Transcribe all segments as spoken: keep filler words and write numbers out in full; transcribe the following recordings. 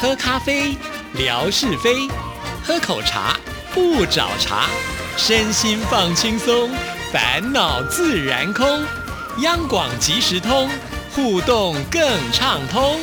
喝咖啡，聊是非；喝口茶，不找茬。身心放轻松，烦恼自然空。央广即时通，互动更畅通。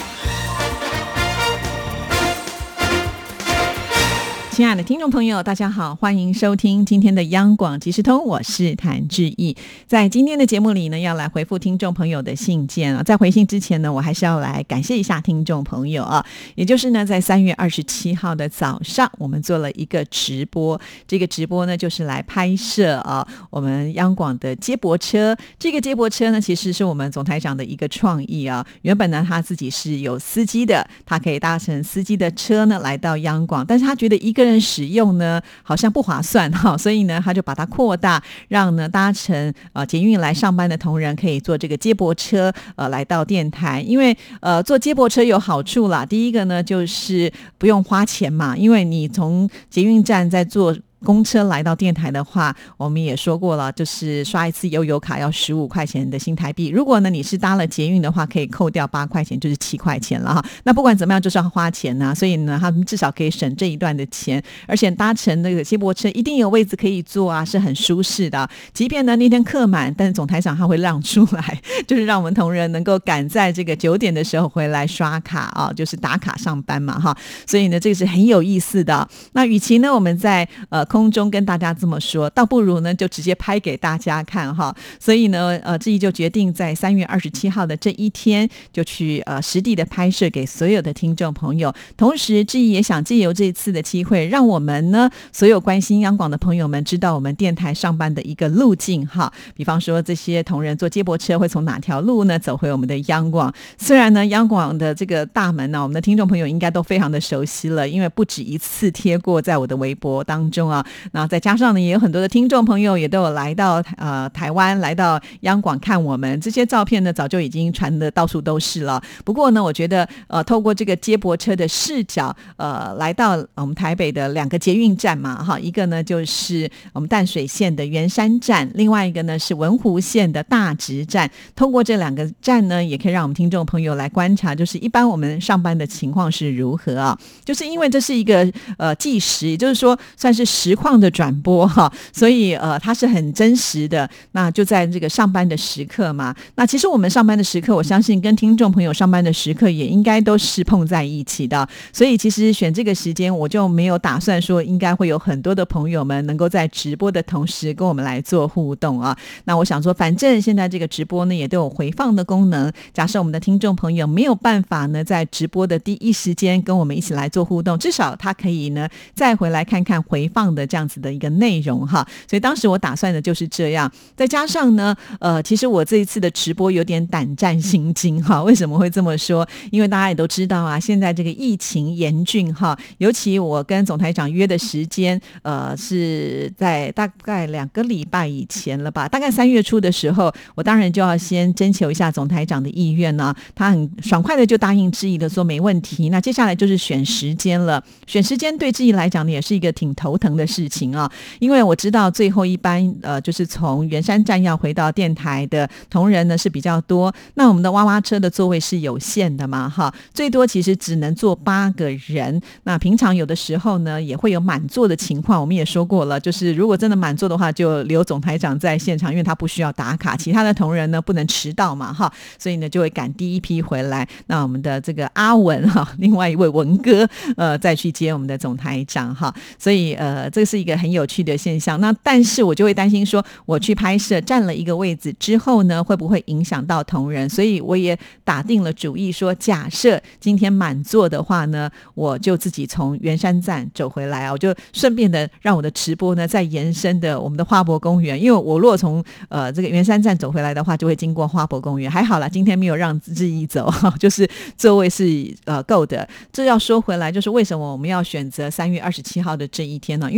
亲爱的听众朋友，大家好，欢迎收听今天的央广即时通，我是谭志毅。在今天的节目里呢，要来回复听众朋友的信件啊。在回信之前呢，我还是要来感谢一下听众朋友啊。也就是呢，在三月二十七号的早上，我们做了一个直播，这个直播呢，就是来拍摄啊我们央广的接驳车。这个接驳车呢，其实是我们总台长的一个创意啊。原本呢，他自己是有司机的，他可以搭乘司机的车呢来到央广，但是他觉得一个人使用呢好像不划算哈，所以呢他就把它扩大，让呢搭乘呃捷运来上班的同仁可以坐这个接驳车呃来到电台。因为呃坐接驳车有好处啦，第一个呢就是不用花钱嘛，因为你从捷运站在坐公车来到电台的话，我们也说过了，就是刷一次悠游卡要十五块钱的新台币。如果呢你是搭了捷运的话，可以扣掉八块钱，就是七块钱了哈。那不管怎么样，就是要花钱呐、啊，所以呢他们至少可以省这一段的钱。而且搭乘那个接驳车一定有位置可以坐啊，是很舒适的。即便呢那天客满，但是总台长他会让出来，就是让我们同仁能够赶在这个九点的时候回来刷卡啊，就是打卡上班嘛哈。所以呢这个是很有意思的。那与其呢我们在呃空中跟大家这么说，倒不如呢就直接拍给大家看哈。所以呢呃志毅就决定在三月二十七号的这一天就去呃实地的拍摄给所有的听众朋友。同时志毅也想借由这一次的机会，让我们呢所有关心央广的朋友们知道我们电台上班的一个路径哈。比方说这些同仁坐接驳车会从哪条路呢走回我们的央广。虽然呢央广的这个大门呢我们的听众朋友应该都非常的熟悉了，因为不止一次贴过在我的微博当中啊。那再加上呢也有很多的听众朋友也都有来到呃台湾，来到央广看我们，这些照片呢早就已经传的到处都是了。不过呢我觉得呃透过这个接驳车的视角呃来到我们台北的两个捷运站嘛哈，一个呢就是我们淡水线的圆山站，另外一个呢是文湖线的大直站。通过这两个站呢也可以让我们听众朋友来观察，就是一般我们上班的情况是如何啊。就是因为这是一个呃计时，也就是说算是实况的转播哈，所以呃它是很真实的。那就在这个上班的时刻嘛，那其实我们上班的时刻，我相信跟听众朋友上班的时刻也应该都是碰在一起的。所以其实选这个时间，我就没有打算说应该会有很多的朋友们能够在直播的同时跟我们来做互动啊。那我想说反正现在这个直播呢也都有回放的功能，假设我们的听众朋友没有办法呢在直播的第一时间跟我们一起来做互动，至少他可以呢再回来看看回放的这样子的一个内容哈。所以当时我打算的就是这样。再加上呢呃其实我这一次的直播有点胆战心惊哈。为什么会这么说？因为大家也都知道啊，现在这个疫情严峻哈，尤其我跟总台长约的时间呃是在大概两个礼拜以前了吧，大概三月初的时候，我当然就要先征求一下总台长的意愿呢、啊。他很爽快的就答应志毅的说没问题。那接下来就是选时间了，选时间对志毅来讲呢也是一个挺头疼的事情啊。因为我知道最后一班呃就是从圆山站要回到电台的同仁呢是比较多，那我们的娃娃车的座位是有限的嘛哈，最多其实只能坐八个人。那平常有的时候呢也会有满座的情况，我们也说过了，就是如果真的满座的话就留总台长在现场，因为他不需要打卡，其他的同仁呢不能迟到嘛哈，所以呢就会赶第一批回来。那我们的这个阿文哈，另外一位文哥呃再去接我们的总台长哈，所以呃这是一个很有趣的现象。那但是我就会担心说，我去拍摄占了一个位置之后呢会不会影响到同仁，所以我也打定了主意说，假设今天满座的话呢，我就自己从圆山站走回来啊，我就顺便的让我的直播呢再延伸的我们的花博公园，因为我如果从呃这个圆山站走回来的话就会经过花博公园，还好啦，今天没有让志毅走，就是座位是呃够的。这要说回来，就是为什么我们要选择三月二十七号的这一天呢？因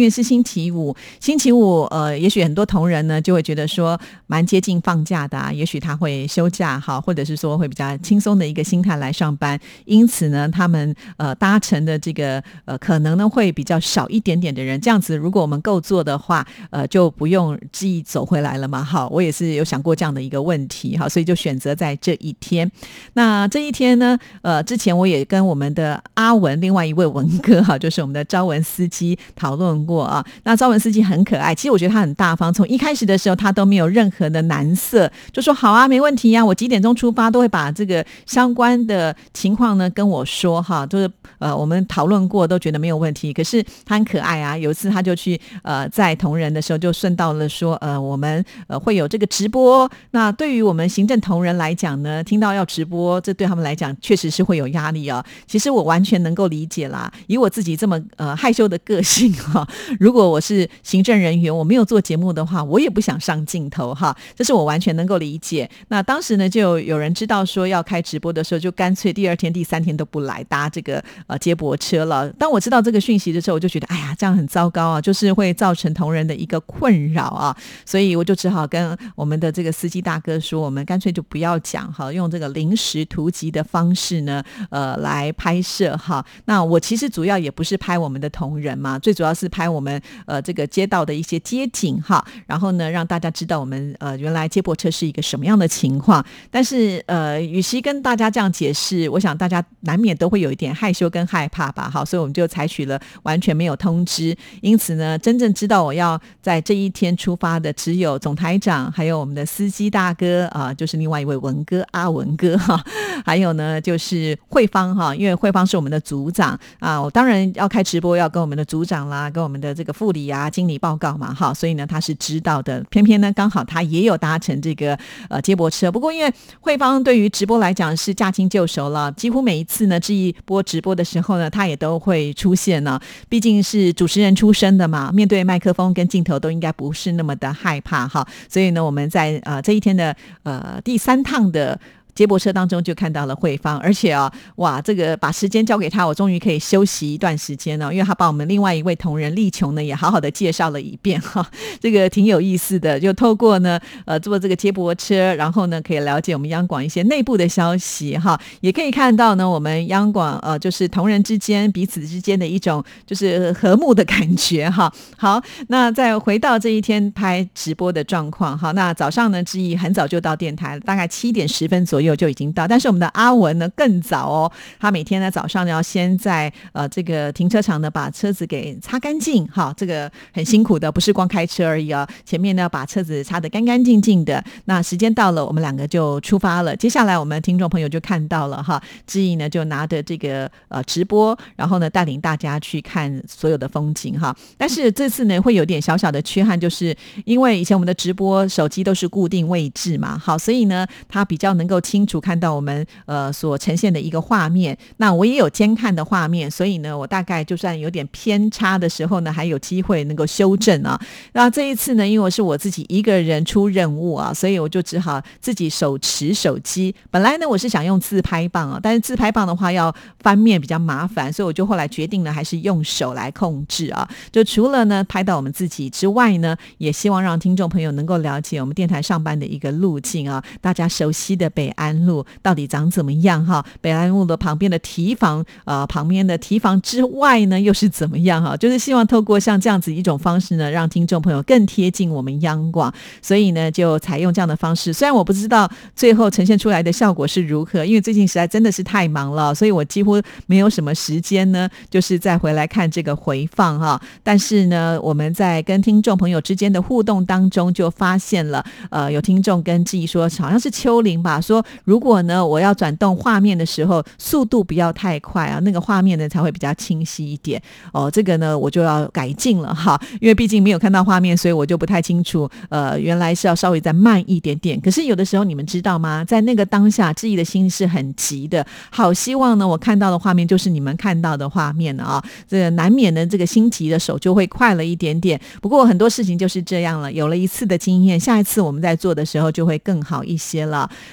因为是星期五，星期五呃，也许很多同仁呢就会觉得说蛮接近放假的啊，也许他会休假哈，或者是说会比较轻松的一个心态来上班，因此呢，他们呃搭乘的这个呃可能呢会比较少一点点的人，这样子如果我们够做的话，呃就不用自己走回来了嘛。好，我也是有想过这样的一个问题，好，所以就选择在这一天。那这一天呢，呃，之前我也跟我们的阿文，另外一位文哥哈，就是我们的昭文司机讨论过啊。那昭文司机很可爱，其实我觉得他很大方，从一开始的时候他都没有任何的难色，就说好啊，没问题啊，我几点钟出发，都会把这个相关的情况呢跟我说哈，就是呃我们讨论过都觉得没有问题。可是他很可爱啊，有一次他就去呃在同仁的时候就顺道了说呃我们呃会有这个直播，那对于我们行政同仁来讲呢，听到要直播，这对他们来讲确实是会有压力啊。其实我完全能够理解啦，以我自己这么呃害羞的个性哈，如果我是行政人员，我没有做节目的话，我也不想上镜头哈，这是我完全能够理解。那当时呢，就有人知道说要开直播的时候，就干脆第二天、第三天都不来搭这个呃接驳车了。当我知道这个讯息的时候，我就觉得哎呀，这样很糟糕啊，就是会造成同仁的一个困扰啊，所以我就只好跟我们的这个司机大哥说，我们干脆就不要讲哈，用这个临时突击的方式呢，呃，来拍摄哈。那我其实主要也不是拍我们的同仁嘛，最主要是拍我们呃这个街道的一些街景哈，然后呢让大家知道我们呃原来接驳车是一个什么样的情况。但是呃，与其跟大家这样解释，我想大家难免都会有一点害羞跟害怕吧，好，所以我们就采取了完全没有通知。因此呢，真正知道我要在这一天出发的只有总台长，还有我们的司机大哥啊、呃，就是另外一位文哥阿文哥哈，还有呢就是慧芳哈，因为慧芳是我们的组长啊，我当然要开直播要跟我们的组长啦，跟我们的这个副理啊、经理报告嘛哈，所以呢他是知道的。偏偏呢刚好他也有搭乘这个呃接驳车，不过因为慧芳对于直播来讲是驾轻就熟了，几乎每一次呢这一波直播的时候呢，他也都会出现呢。毕竟是主持人出身的嘛，面对麦克风跟镜头都应该不是那么的害怕哈。所以呢，我们在呃这一天的呃第三趟的接驳车当中就看到了慧芳，而且啊，哇，这个把时间交给他，我终于可以休息一段时间了，因为他把我们另外一位同仁立琼呢也好好的介绍了一遍哈，这个挺有意思的，就透过呢呃坐这个接驳车，然后呢可以了解我们央广一些内部的消息哈，也可以看到呢我们央广呃就是同仁之间彼此之间的一种就是和睦的感觉哈。好，那再回到这一天拍直播的状况哈，那早上呢志毅很早就到电台，大概七点十分左右就已经到，但是我们的阿文呢更早哦，他每天呢早上呢要先在呃这个停车场呢把车子给擦干净，好，这个很辛苦的，不是光开车而已啊、哦，前面呢把车子擦得干干净净的。那时间到了，我们两个就出发了。接下来我们听众朋友就看到了哈，志毅呢就拿着这个呃直播，然后呢带领大家去看所有的风景哈。但是这次呢会有点小小的缺憾，就是因为以前我们的直播手机都是固定位置嘛，好，所以呢它比较能够清楚看到我们呃所呈现的一个画面。那我也有监看的画面，所以呢我大概就算有点偏差的时候呢还有机会能够修正啊。那这一次呢因为我是我自己一个人出任务啊，所以我就只好自己手持手机。本来呢我是想用自拍棒啊，但是自拍棒的话要翻面比较麻烦，所以我就后来决定呢还是用手来控制啊。就除了呢拍到我们自己之外呢，也希望让听众朋友能够了解我们电台上班的一个路径啊。大家熟悉的北安路到底长怎么样哈？北安路的旁边的提防呃旁边的提防之外呢又是怎么样哈？就是希望透过像这样子一种方式呢，让听众朋友更贴近我们央广，所以呢就采用这样的方式。虽然我不知道最后呈现出来的效果是如何，因为最近实在真的是太忙了，所以我几乎没有什么时间呢就是再回来看这个回放哈。但是呢我们在跟听众朋友之间的互动当中就发现了呃有听众跟志毅说，好像是秋玲吧，说如果呢我要转动画面的时候速度不要太快啊，那个画面呢才会比较清晰一点哦。这个呢我就要改进了哈，因为毕竟没有看到画面，所以我就不太清楚呃原来是要稍微再慢一点点。可是有的时候你们知道吗，在那个当下志毅的心是很急的，好希望呢我看到的画面就是你们看到的画面啊，这个难免的这个心急的手就会快了一点点。不过很多事情就是这样了，有了一次的经验，下一次我们在做的时候就会更好一些了。其实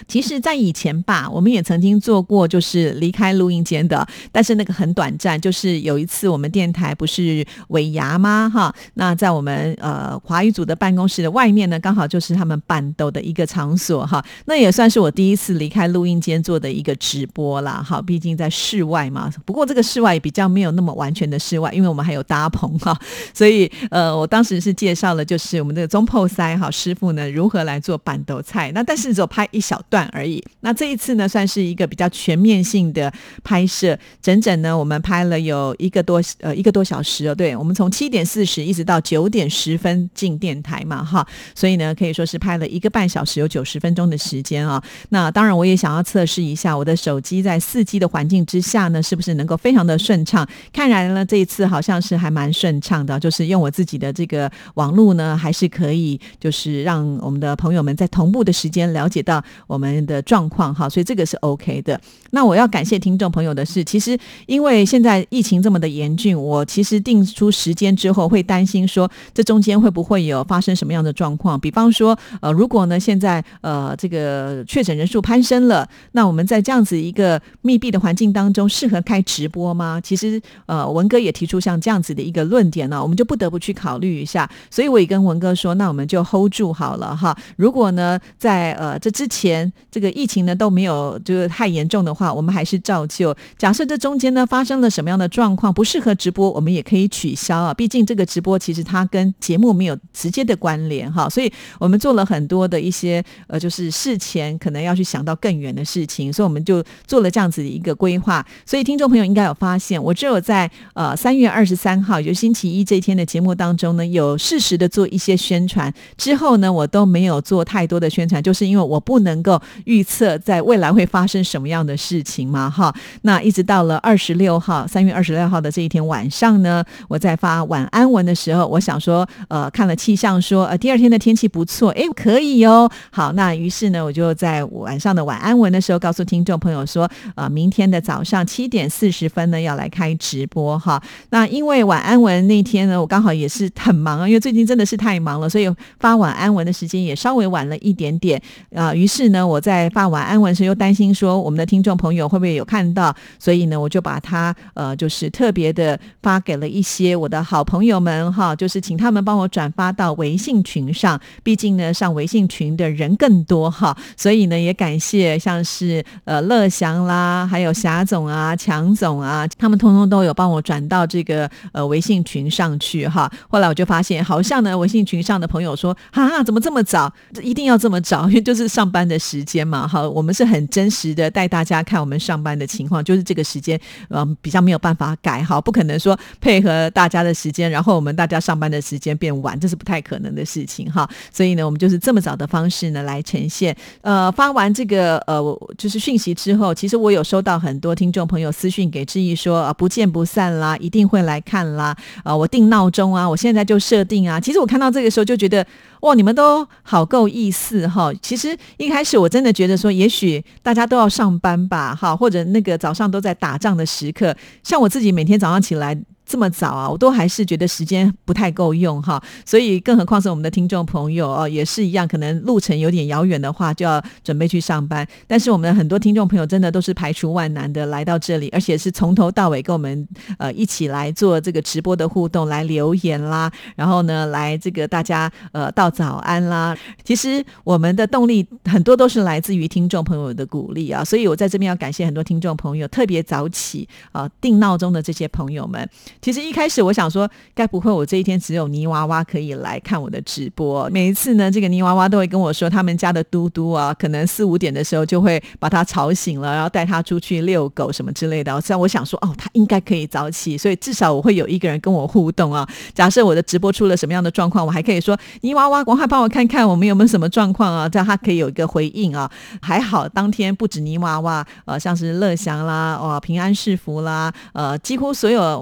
在以前吧，我们也曾经做过就是离开录音间的，但是那个很短暂，就是有一次我们电台不是尾牙吗哈，那在我们呃华语组的办公室的外面呢，刚好就是他们办斗的一个场所哈，那也算是我第一次离开录音间做的一个直播啦哈，毕竟在室外嘛，不过这个室外也比较没有那么完全的室外，因为我们还有搭棚哈，所以呃我当时是介绍了就是我们的中破塞哈师傅呢如何来做板斗菜，那但是只有拍一小段而已，那这一次呢算是一个比较全面性的拍摄，整整呢我们拍了有一个多呃一个多小时哦，对，我们从七点四十一直到九点十分进电台嘛哈，所以呢可以说是拍了一个半小时，有九十分钟的时间啊。那当然我也想要测试一下我的手机在四 G 的环境之下呢是不是能够非常的顺畅，看来呢这一次好像是还蛮顺畅的，就是用我自己的这个网络呢还是可以就是让我们的朋友们在同步的时间了解到我们的状况哈，所以这个是 OK 的。那我要感谢听众朋友的是，其实因为现在疫情这么的严峻，我其实定出时间之后会担心说这中间会不会有发生什么样的状况，比方说呃，如果呢现在呃这个确诊人数攀升了，那我们在这样子一个密闭的环境当中适合开直播吗？其实呃文哥也提出像这样子的一个论点呢，我们就不得不去考虑一下，所以我也跟文哥说，那我们就 hold 住好了哈。如果呢在呃这之前这个疫情呢都没有就是太严重的话，我们还是照旧，假设这中间呢发生了什么样的状况不适合直播，我们也可以取消啊，毕竟这个直播其实它跟节目没有直接的关联哈，所以我们做了很多的一些呃就是事前可能要去想到更远的事情，所以我们就做了这样子的一个规划。所以听众朋友应该有发现，我只有在呃三月二十三号也就是星期一这一天的节目当中呢有适时的做一些宣传，之后呢我都没有做太多的宣传，就是因为我不能够预测在未来会发生什么样的事情嘛哈。那一直到了二十六号三月二十六号的这一天晚上呢，我在发晚安文的时候，我想说呃看了气象说呃第二天的天气不错，诶可以哦，好，那于是呢我就在晚上的晚安文的时候告诉听众朋友说呃明天的早上七点四十分呢要来开直播哈。那因为晚安文那天呢我刚好也是很忙啊，因为最近真的是太忙了，所以发晚安文的时间也稍微晚了一点点啊、呃。于是呢我在发晚安文时又担心说我们的听众朋友会不会有看到，所以呢我就把它呃就是特别的发给了一些我的好朋友们哈，就是请他们帮我转发到微信群上，毕竟呢上微信群的人更多哈，所以呢也感谢像是呃乐祥啦，还有霞总啊、强总啊，他们通通都有帮我转到这个呃微信群上去哈。后来我就发现好像呢微信群上的朋友说哈哈怎么这么早，一定要这么早，因为就是上班的时间嘛哈，我们是很真实的带大家看我们上班的情况，就是这个时间呃比较没有办法改哈，不可能说配合大家的时间然后我们大家上班的时间变晚，这是不太可能的事情哈。所以呢我们就是这么早的方式呢来呈现。呃发完这个呃就是讯息之后，其实我有收到很多听众朋友私讯给志毅说、呃、不见不散啦，一定会来看啦，呃我定闹钟啊，我现在就设定啊。其实我看到这个时候就觉得哇你们都好够意思哈。其实一开始我真的觉得说也许大家都要上班吧哈，或者那个早上都在打仗的时刻，像我自己每天早上起来这么早啊，我都还是觉得时间不太够用哈，所以更何况是我们的听众朋友哦，也是一样，可能路程有点遥远的话就要准备去上班，但是我们的很多听众朋友真的都是排除万难的来到这里，而且是从头到尾跟我们呃一起来做这个直播的互动，来留言啦，然后呢来这个大家呃道早安啦。其实我们的动力很多都是来自于听众朋友的鼓励啊，所以我在这边要感谢很多听众朋友特别早起啊、呃、定闹钟的这些朋友们。其实一开始我想说该不会我这一天只有泥娃娃可以来看我的直播，每一次呢这个泥娃娃都会跟我说他们家的嘟嘟啊可能四五点的时候就会把他吵醒了，然后带他出去遛狗什么之类的。虽然我想说哦他应该可以早起，所以至少我会有一个人跟我互动啊，假设我的直播出了什么样的状况，我还可以说泥娃娃赶快帮我看看我们有没有什么状况啊，这样他可以有一个回应啊。还好当天不止泥娃娃呃，像是乐祥啦、哦、平安是福啦，呃，几乎所有我们的企业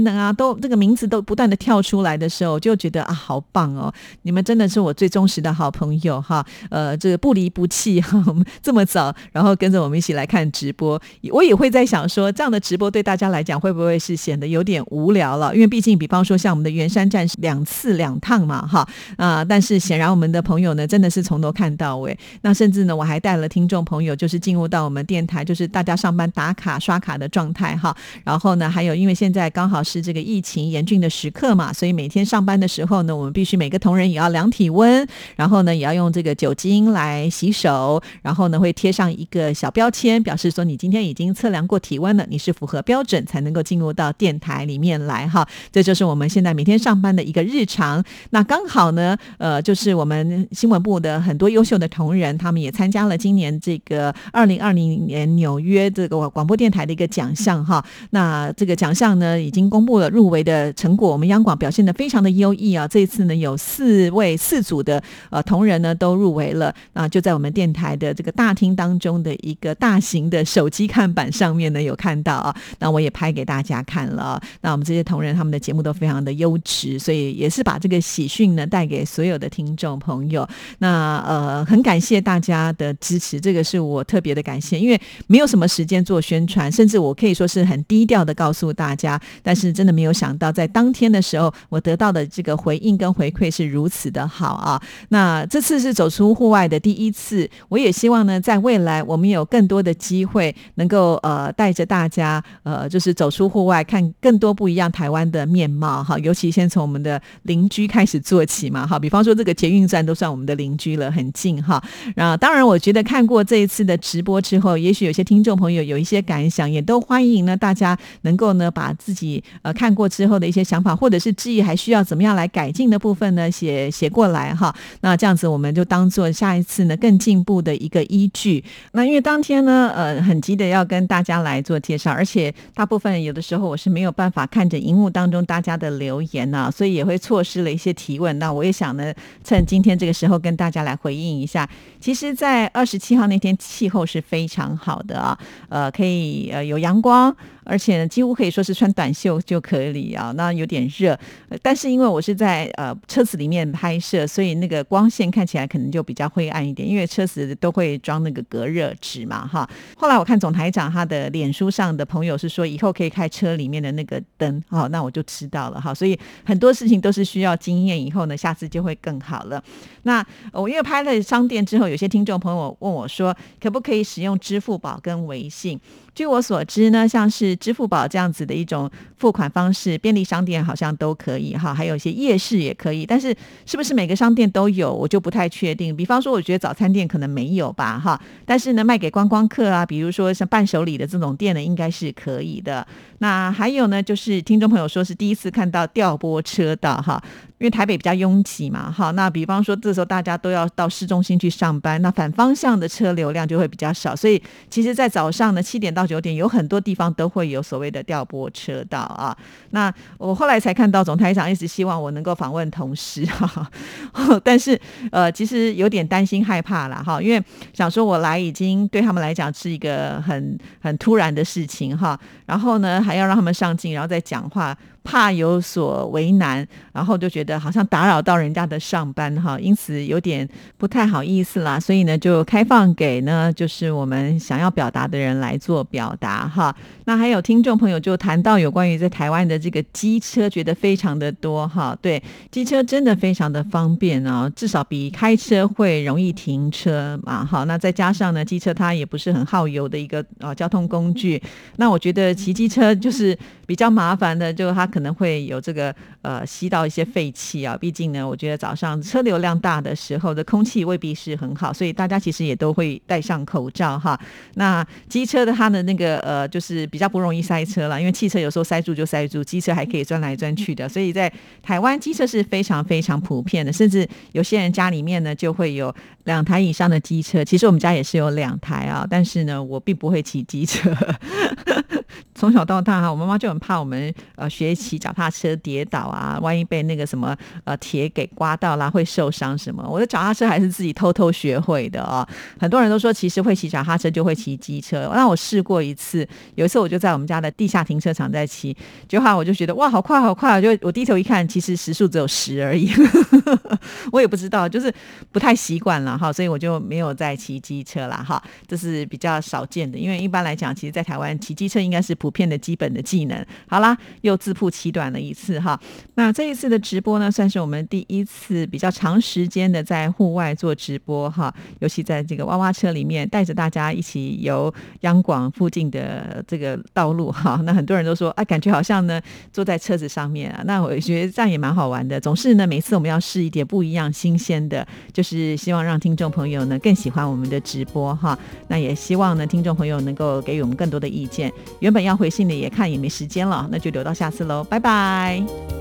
能啊，都这个名字都不断的跳出来的时候，就觉得啊，好棒哦！你们真的是我最忠实的好朋友哈，呃，这个不离不弃哈，这么早，然后跟着我们一起来看直播，我也会在想说，这样的直播对大家来讲会不会是显得有点无聊了？因为毕竟，比方说像我们的圆山站是两次两趟嘛，哈啊、呃，但是显然我们的朋友呢，真的是从头看到尾。那甚至呢，我还带了听众朋友，就是进入到我们电台，就是大家上班打卡刷卡的状态哈。然后呢，还有因为现在刚好是这个疫情严峻的时刻嘛，所以每天上班的时候呢，我们必须每个同仁也要量体温，然后呢，也要用这个酒精来洗手，然后呢，会贴上一个小标签，表示说你今天已经测量过体温了，你是符合标准才能够进入到电台里面来哈。这就是我们现在每天上班的一个日常。那刚好呢，呃，就是我们新闻部的很多优秀的同仁，他们也参加了今年这个二零二零年纽约这个广播电台的一个奖项哈。那这个奖项呢，已经公布了入围的成果，我们央广表现得非常的优异啊。这一次呢，有四位四组的呃同仁呢都入围了，那就在我们电台的这个大厅当中的一个大型的手机看板上面呢有看到啊。那我也拍给大家看了啊。那我们这些同仁他们的节目都非常的优质，所以也是把这个喜讯呢带给所有的听众朋友。那呃很感谢大家的支持，这个是我特别的感谢，因为没有什么时间做宣传，甚至我可以说是很低调的告诉大家，但是真的没有想到在当天的时候我得到的这个回应跟回馈是如此的好啊。那这次是走出户外的第一次，我也希望呢在未来我们有更多的机会能够呃带着大家呃就是走出户外，看更多不一样台湾的面貌哈。尤其先从我们的邻居开始做起嘛哈，比方说这个捷运站都算我们的邻居了，很近哈。然后当然我觉得看过这一次的直播之后，也许有些听众朋友有一些感想，也都欢迎呢大家能够呢把自己呃看过之后的一些想法，或者是质疑还需要怎么样来改进的部分呢写写过来哈。那这样子我们就当做下一次呢更进步的一个依据。那因为当天呢呃很急的要跟大家来做介绍，而且大部分有的时候我是没有办法看着荧幕当中大家的留言啊，所以也会错失了一些提问。那我也想呢趁今天这个时候跟大家来回应一下。其实在二十七号那天气候是非常好的啊，呃可以呃有阳光，而且呢几乎可以说是穿短袖就可以啊。那有点热，但是因为我是在呃车子里面拍摄，所以那个光线看起来可能就比较灰暗一点，因为车子都会装那个隔热纸嘛哈。后来我看总台长他的脸书上的朋友是说以后可以开车里面的那个灯，好，那我就知道了哈。所以很多事情都是需要经验，以后呢下次就会更好了。那我因为拍了商店之后，有些听众朋友问我说可不可以使用支付宝跟微信。据我所知呢，像是支付宝这样子的一种付款方式，便利商店好像都可以哈，还有一些夜市也可以，但是是不是每个商店都有，我就不太确定。比方说我觉得早餐店可能没有吧哈，但是呢卖给观光客啊，比如说像伴手礼的这种店呢应该是可以的。那还有呢就是听众朋友说是第一次看到调拨车道哈，因为台北比较拥挤嘛哈，那比方说这时候大家都要到市中心去上班，那反方向的车流量就会比较少，所以其实在早上呢七点到九点有很多地方都会有所谓的调拨车道啊。那我后来才看到总台长一直希望我能够访问同事哈，但是呃其实有点担心害怕啦哈，因为想说我来已经对他们来讲是一个很很突然的事情哈，然后呢还要让他们上镜，然后再讲话，怕有所为难，然后就觉得好像打扰到人家的上班哈，因此有点不太好意思啦，所以呢就开放给呢就是我们想要表达的人来做表达哈。那还有听众朋友就谈到有关于在台湾的这个机车，觉得非常的多哈。对，机车真的非常的方便啊，至少比开车会容易停车嘛哈。那再加上呢机车它也不是很耗油的一个呃交通工具，那我觉得骑机车就是比较麻烦的，就它可能会有这个呃吸到一些废气啊，毕竟呢我觉得早上车流量大的时候的空气未必是很好，所以大家其实也都会戴上口罩哈。那机车的它的那个呃就是比较不容易塞车啦，因为汽车有时候塞住就塞住，机车还可以钻来钻去的，所以在台湾机车是非常非常普遍的，甚至有些人家里面呢就会有两台以上的机车。其实我们家也是有两台啊，但是呢我并不会骑机车从小到大哈，我妈妈就很怕我们呃学骑脚踏车跌倒啊，万一被那个什么呃铁给刮到啦，会受伤什么。我的脚踏车还是自己偷偷学会的哦。很多人都说其实会骑脚踏车就会骑机车，那我试过一次，有一次我就在我们家的地下停车场在骑，结果我就觉得哇好快好快，就我低头一看，其实时速只有十而已，我也不知道，就是不太习惯了哈，所以我就没有再骑机车啦哈，这是比较少见的，因为一般来讲，其实在台湾骑机车应该是普遍的基本的技能。好啦，又自曝其短了一次哈。那这一次的直播呢，算是我们第一次比较长时间的在户外做直播哈，尤其在这个娃娃车里面带着大家一起游央广附近的这个道路哈。那很多人都说，哎，感觉好像呢坐在车子上面啊。那我觉得这样也蛮好玩的。总是呢，每次我们要试一点不一样、新鲜的，就是希望让听众朋友呢更喜欢我们的直播哈。那也希望呢，听众朋友能够给予我们更多的意见。原本要回信的也看也没时间了，那就留到下次喽，拜拜。